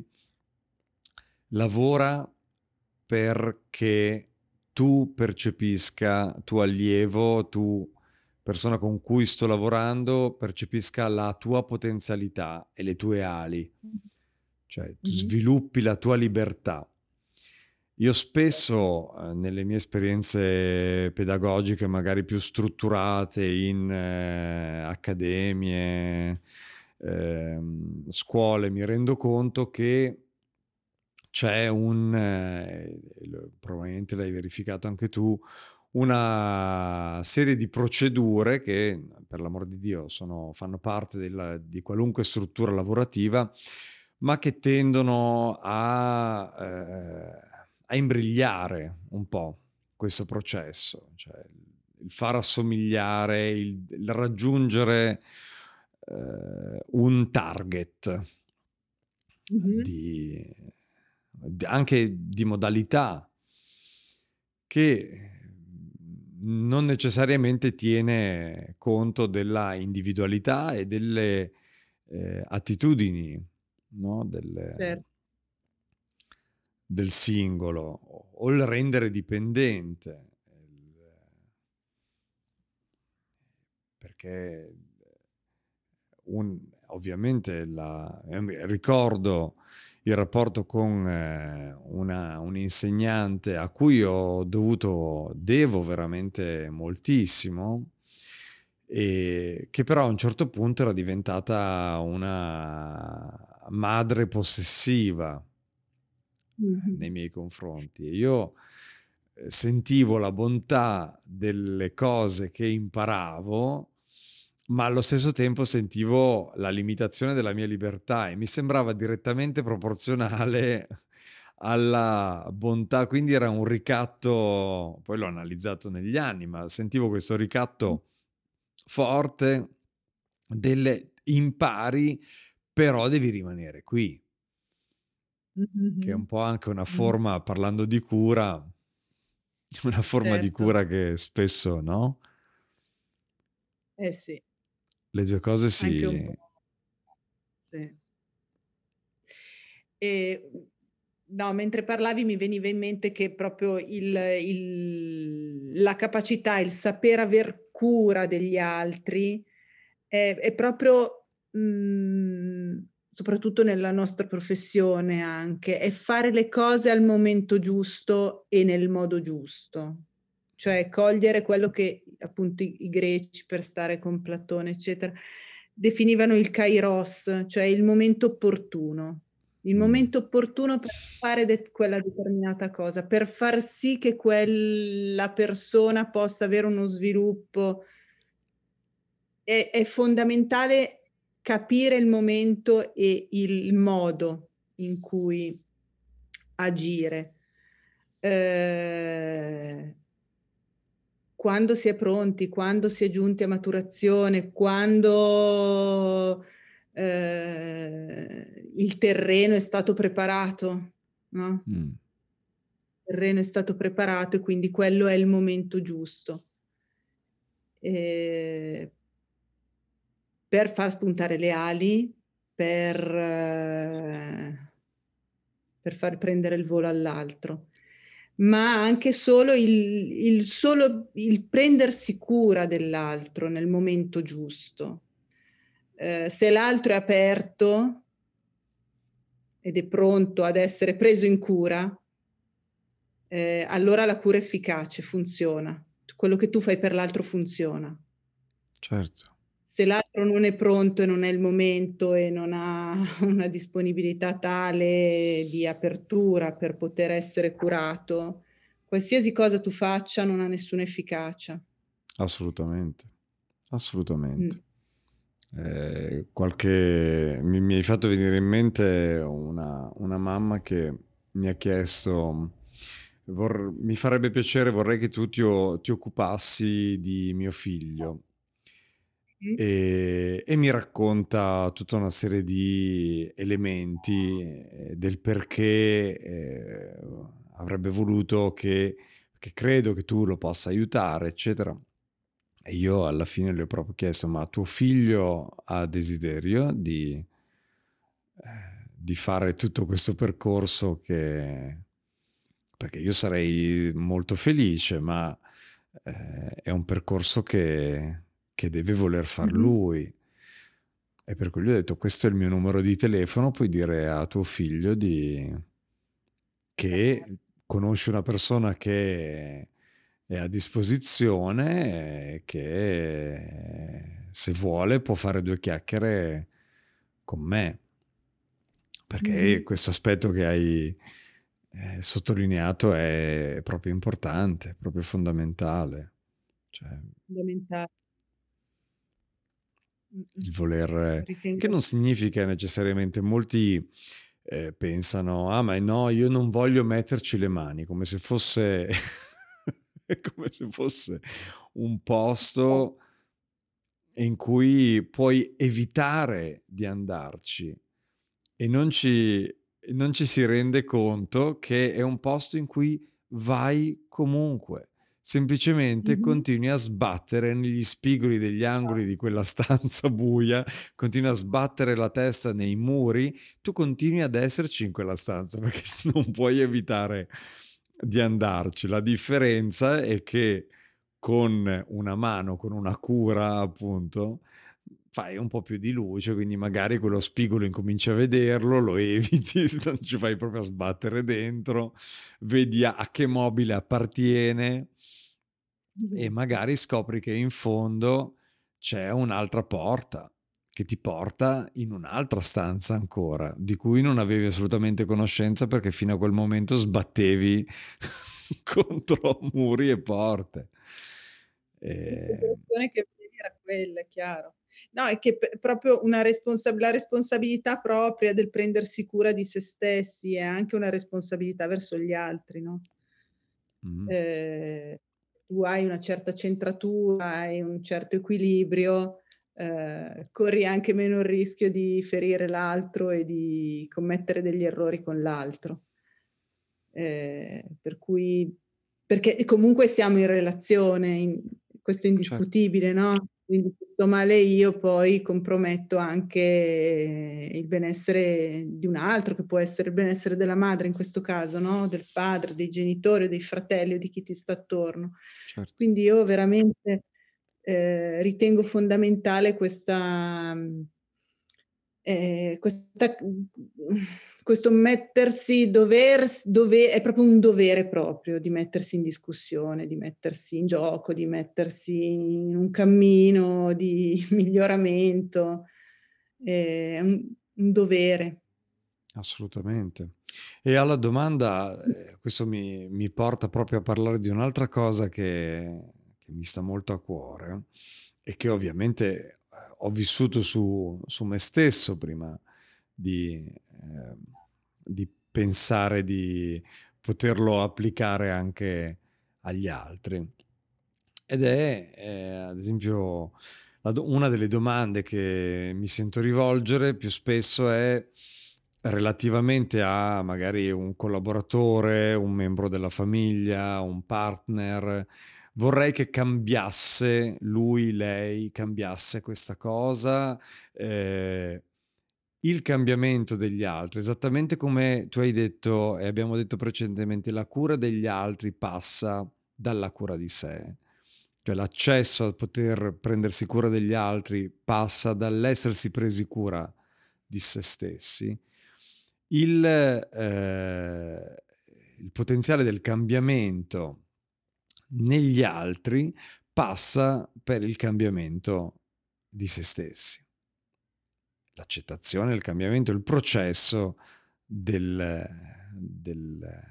lavora perché tu percepisca, tu allievo, tu persona con cui sto lavorando, percepisca la tua potenzialità e le tue ali, cioè tu Mhm. sviluppi la tua libertà. Io spesso nelle mie esperienze pedagogiche, magari più strutturate in accademie, scuole, mi rendo conto che c'è probabilmente l'hai verificato anche tu, una serie di procedure che, per l'amor di Dio, fanno parte di qualunque struttura lavorativa, ma che tendono a imbrigliare un po' questo processo, cioè il far assomigliare, il raggiungere un target Mhm. di anche di modalità che non necessariamente tiene conto della individualità e delle attitudini, no, Certo. del singolo o il rendere dipendente. Perché ovviamente ricordo il rapporto con un insegnante a cui devo veramente moltissimo, e che però a un certo punto era diventata una madre possessiva nei Mhm. miei confronti. E io sentivo la bontà delle cose che imparavo, ma allo stesso tempo sentivo la limitazione della mia libertà e mi sembrava direttamente proporzionale alla bontà, quindi era un ricatto, poi l'ho analizzato negli anni, ma sentivo questo ricatto forte delle impari, però devi rimanere qui, che è un Mhm. po' anche una Mhm. forma, parlando di cura, una forma di Certo. cura che spesso, no? Eh sì, Le due cose anche un si... po'. Sì. E, no, mentre parlavi mi veniva in mente che proprio la capacità, il saper aver cura degli altri è proprio, soprattutto nella nostra professione anche, è fare le cose al momento giusto e nel modo giusto. Cioè cogliere quello che appunto i greci, per stare con Platone, eccetera, definivano il kairos, cioè il momento opportuno. Il Mm. momento opportuno per fare quella determinata cosa, per far sì che quella persona possa avere uno sviluppo. È fondamentale capire il momento e il modo in cui agire. Quando si è pronti, quando si è giunti a maturazione, quando il terreno è stato preparato, no? Mm. Il terreno è stato preparato e quindi quello è il momento giusto. Eh, per far spuntare le ali, per far prendere il volo all'altro, ma anche solo il prendersi cura dell'altro nel momento giusto. Se l'altro è aperto ed è pronto ad essere preso in cura, allora la cura efficace funziona. Quello che tu fai per l'altro funziona. Certo. se l'altro non è pronto e non è il momento e non ha una disponibilità tale di apertura per poter essere curato, qualsiasi cosa tu faccia non ha nessuna efficacia. Assolutamente, assolutamente. Mh. Mi hai fatto venire in mente una mamma che mi ha chiesto: mi farebbe piacere, vorrei che tu ti occupassi di mio figlio. Mh. E mi racconta tutta una serie di elementi, del perché, avrebbe voluto che credo che tu lo possa aiutare, eccetera. E io alla fine le ho proprio chiesto: "Ma tuo figlio ha desiderio di fare tutto questo percorso che" perché io sarei molto felice, ma, è un percorso che deve voler far Mh-mh. lui. E per cui gli ho detto: "Questo è il mio numero di telefono, puoi dire a tuo figlio che conosci una persona che è a disposizione e che se vuole può fare 2 chiacchiere con me." Mh-mh. Perché questo aspetto che hai, sottolineato è proprio importante, proprio fondamentale. Cioè, Fondamentale. Mh-mh. il voler che Ritengo non significa necessariamente molti, pensano: "Ah, ma no, io non voglio metterci le mani", come se fosse come se fosse un posto in cui puoi evitare di andarci. E non ci si rende conto che è un posto in cui vai comunque. Semplicemente mh-mh. continui a sbattere negli spigoli degli angoli di quella stanza buia, continui a sbattere la testa nei muri, tu continui ad esserci in quella stanza perché non puoi evitare di andarci. La differenza è che con una mano, con una cura appunto, fai un po' più di luce, quindi magari quello spigolo incominci a vederlo, lo eviti, non ci fai proprio a sbattere dentro, vedi a che mobile appartiene e Esatto. magari scopri che in fondo c'è un'altra porta che ti porta in un'altra stanza ancora, di cui non avevi assolutamente conoscenza perché fino a quel momento sbattevi contro muri e porte. Ehm, L'impressione che avevi era quella, è chiaro. No, è che proprio la responsabilità propria del prendersi cura di se stessi è anche una responsabilità verso gli altri, no, mh, ehm, tu hai una certa centratura, hai un certo equilibrio, corri anche meno il rischio di ferire l'altro e di commettere degli errori con l'altro. Per cui perché comunque siamo in relazione, questo è certo, indiscutibile, no, quindi se sto male io poi comprometto anche il benessere di un altro, che può essere il benessere della madre in questo caso, no, del padre, dei genitori o dei fratelli o di chi ti sta attorno. certo. Quindi io veramente, ritengo fondamentale questo mettersi è proprio un dovere proprio di mettersi in discussione, di mettersi in gioco, di mettersi in un cammino di miglioramento. È un dovere. Assolutamente. E alla domanda, questo mi porta proprio a parlare di un'altra cosa che mi sta molto a cuore e che ovviamente, ho vissuto su me stesso prima di ehm, di pensare di poterlo applicare anche agli altri. Ed è, ad esempio, una delle domande che mi sento rivolgere più spesso è relativamente a magari un collaboratore, un membro della famiglia, un partner. Vorrei che cambiasse lui, lei, cambiasse questa cosa, ehm, il cambiamento degli altri, esattamente come tu hai detto e abbiamo detto precedentemente, la cura degli altri passa dalla cura di sé. Cioè l'accesso a poter prendersi cura degli altri passa dall'essersi presi cura di se stessi. Il ehm, il potenziale del cambiamento negli altri passa per il cambiamento di se stessi. L'accettazione, il cambiamento, il processo del del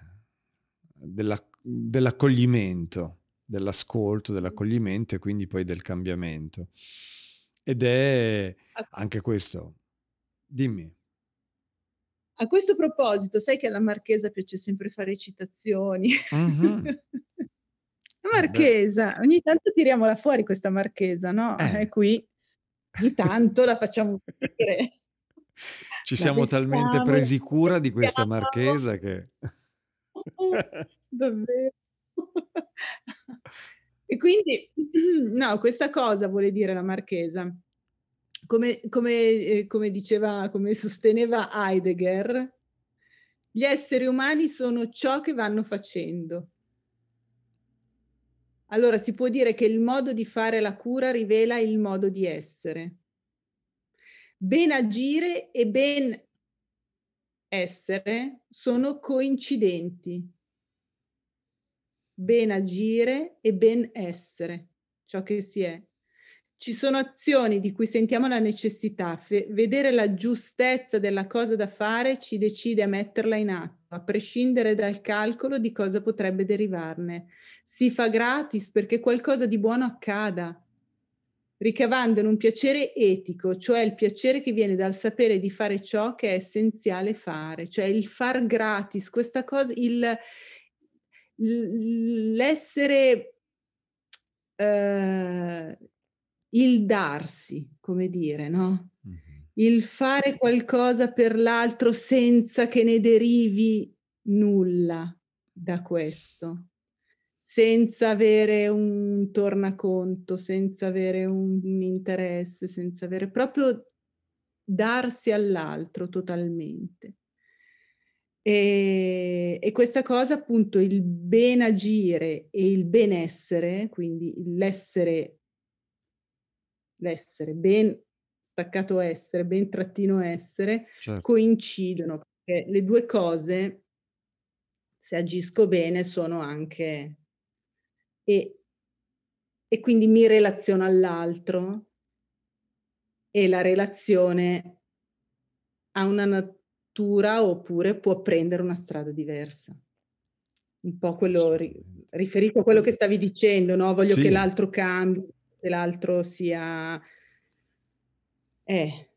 dell'accoglimento, dell'ascolto, dell'accoglimento e quindi poi del cambiamento. Ed è A anche questo dimmi. a questo proposito, sai che alla Marchesa piace sempre fare citazioni. Mh-mh. La Beh, Marchesa, ogni tanto tiriamola fuori questa Marchesa, no, eh. è qui, ogni tanto la facciamo uscire. Ci La siamo talmente vestiamo, la presi cura di questa vestiamo. marchesa che Davvero. E quindi no, questa cosa vuole dire la Marchesa. Come sosteneva Heidegger, gli esseri umani sono ciò che vanno facendo. Allora si può dire che il modo di fare la cura rivela il modo di essere. Ben agire e ben essere sono coincidenti. Ben agire e ben essere, ciò che si è. Ci sono azioni di cui sentiamo la necessità, vedere la giustezza della cosa da fare ci decide a metterla in atto, a prescindere dal calcolo di cosa potrebbe derivarne. Si fa gratis perché qualcosa di buono accada, ricavandone un piacere etico, cioè il piacere che viene dal sapere di fare ciò che è essenziale fare, cioè il far gratis, questa cosa, l'essere, ehm, il darsi, come dire, no, mh-mh. il fare qualcosa per l'altro senza che ne derivi nulla da questo. Senza avere un tornaconto, senza avere un interesse, senza avere proprio darsi all'altro totalmente. E questa cosa appunto, il ben agire e il benessere, quindi l'essere, ben staccato essere, ben trattino essere, Certo. coincidono, perché le 2 cose, se agisco bene, sono anche e e quindi mi relaziono all'altro e la relazione ha una natura oppure può prendere una strada diversa. Un po' quello Assolutamente. riferito a quello che stavi dicendo, no, voglio che Sì, l'altro cambi, che l'altro sia eh,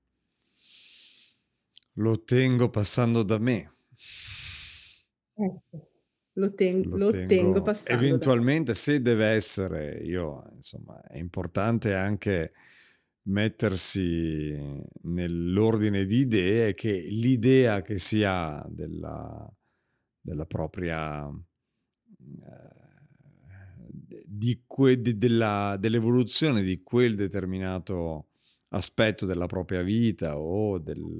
lo ottengo passando da me. ecco, Lo lo ottengo ottengo passando da me. eventualmente se deve essere io insomma, è importante anche mettersi nell'ordine di idee che l'idea che si ha della propria di que de della dell'evoluzione di quel determinato aspetto della propria vita o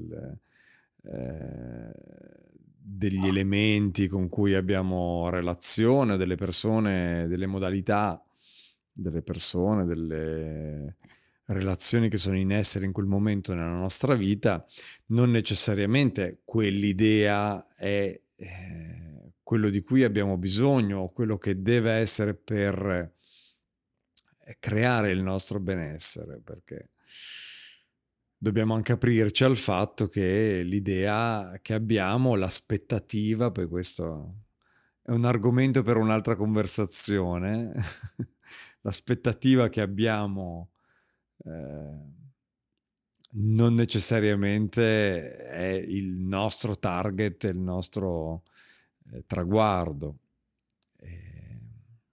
ehm, degli elementi con cui abbiamo relazione, delle persone, delle modalità delle persone, delle relazioni che sono in essere in quel momento nella nostra vita, non necessariamente quell'idea è, quello di cui abbiamo bisogno o quello che deve essere per, creare il nostro benessere, perché dobbiamo anche aprirci al fatto che l'idea che abbiamo, l'aspettativa, poi questo è un argomento per un'altra conversazione, l'aspettativa che abbiamo, ehm non necessariamente è il nostro target, il nostro, traguardo. Ehm,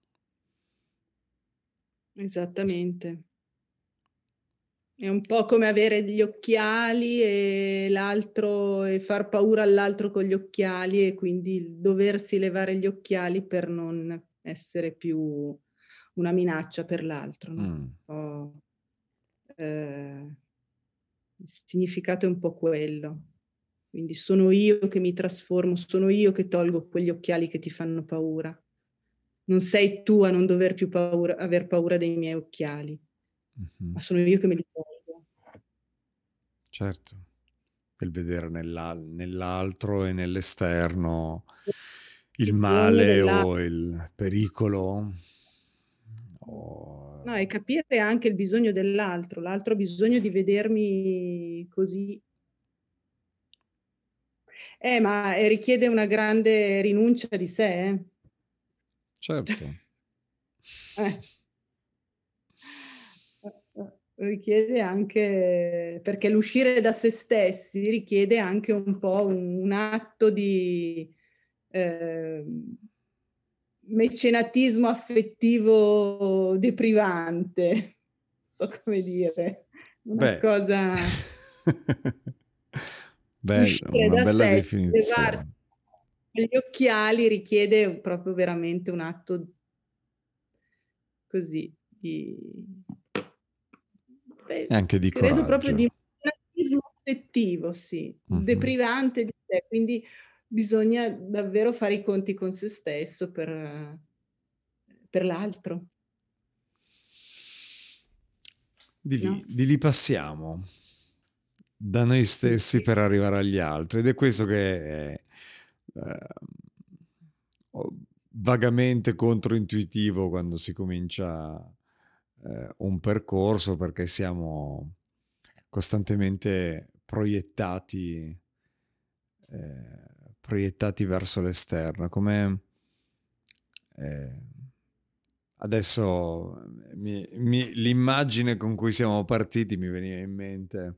s Esattamente. È un po' come avere gli occhiali e far paura all'altro con gli occhiali e quindi il doversi levare gli occhiali per non essere più una minaccia per l'altro, no, mh, un po', ehm, il significato è un po' quello. Quindi sono io che mi trasformo, sono io che tolgo quegli occhiali che ti fanno paura. Non sei tu a non dover più aver paura dei miei occhiali, mh-mh, ma sono io che me li tolgo. certo. Il vedere nell'altro e nell'esterno il Bisogno male dell'al o il pericolo o No, e capire anche il bisogno dell'altro. L'altro ha bisogno di vedermi così. Ma richiede una grande rinuncia di sé, Certo. Richiede anche, perché l'uscire da se stessi richiede anche un po' un atto di mecenatismo affettivo deprivante, so come dire, una cosa... uscire una da bella sé, definizione. levarsi gli occhiali richiede proprio veramente un atto così anche di credo coraggio. proprio di mecenatismo affettivo, sì, deprivante di sé, quindi bisogna davvero fare i conti con se stesso per l'altro. Di lì passiamo da noi stessi per arrivare agli altri, ed è questo che è vagamente controintuitivo quando si comincia un percorso, perché siamo costantemente proiettati verso l'esterno, come adesso l'immagine con cui siamo partiti mi veniva in mente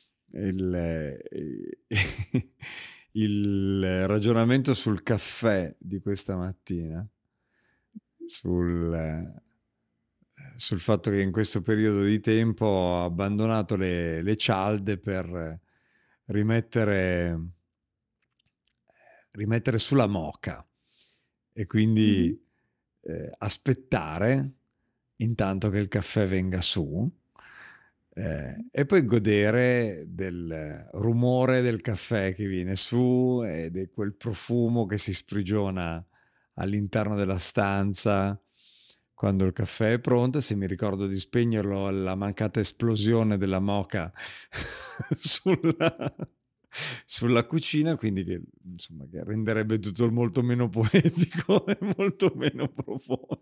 il ragionamento sul caffè di questa mattina, sul fatto che in questo periodo di tempo ho abbandonato le cialde per rimettere sulla moka, e quindi aspettare intanto che il caffè venga su, e poi godere del rumore del caffè che viene su e di quel profumo che si sprigiona all'interno della stanza quando il caffè è pronto. Se mi ricordo di spegnerlo, la mancata esplosione della moka sulla cucina, quindi che renderebbe tutto molto meno poetico e molto meno profondo.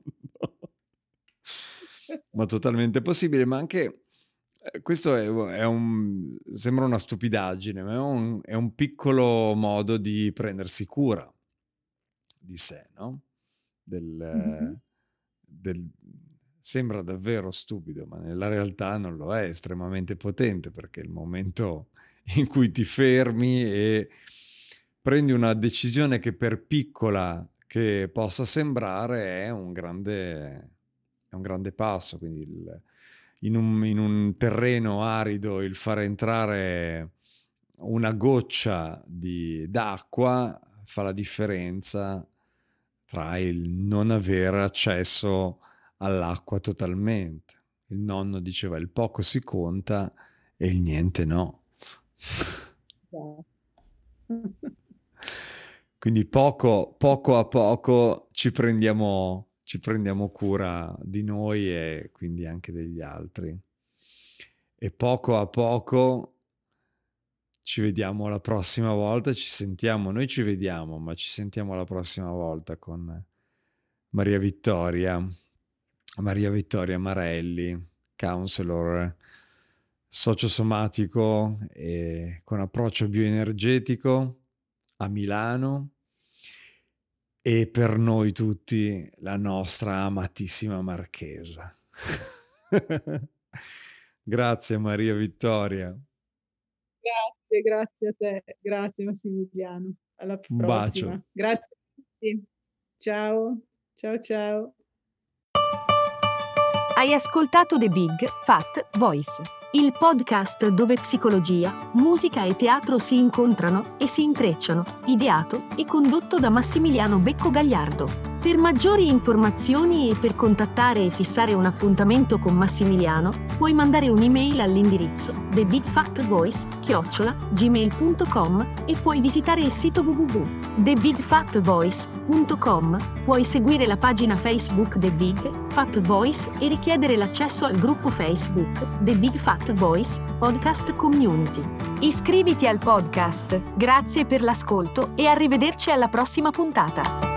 Ma totalmente possibile, ma anche questo sembra una stupidaggine, ma è un piccolo modo di prendersi cura di sé, no? Sembra davvero stupido, ma nella realtà non lo è estremamente potente, perché il momento in cui ti fermi e prendi una decisione che, per piccola che possa sembrare, è un grande passo. Quindi in un terreno arido, il fare entrare una goccia d'acqua fa la differenza tra il non avere accesso all'acqua totalmente. Il nonno diceva: il poco si conta e il niente no. Quindi poco a poco ci prendiamo cura di noi e quindi anche degli altri, e poco a poco ci vediamo la prossima volta, ci sentiamo, noi ci vediamo, ma ci sentiamo la prossima volta con Maria Vittoria Marelli, counselor sociosomatico e con approccio bioenergetico a Milano, e per noi tutti la nostra amatissima Marchesa. Grazie Maria Vittoria. Grazie a te, grazie Massimiliano. Alla prossima. Un bacio. Grazie a tutti. Ciao, ciao. Hai ascoltato The Big Fat Voice, il podcast dove psicologia, musica e teatro si incontrano e si intrecciano, ideato e condotto da Massimiliano Becco Gagliardo. Per maggiori informazioni e per contattare e fissare un appuntamento con Massimiliano, puoi mandare un'email all'indirizzo thebigfatvoice@gmail.com e puoi visitare il sito www.thebigfatvoice.com. Puoi seguire la pagina Facebook The Big Fat Voice e richiedere l'accesso al gruppo Facebook The Big Fat Voice Podcast Community. Iscriviti al podcast. Grazie per l'ascolto e arrivederci alla prossima puntata.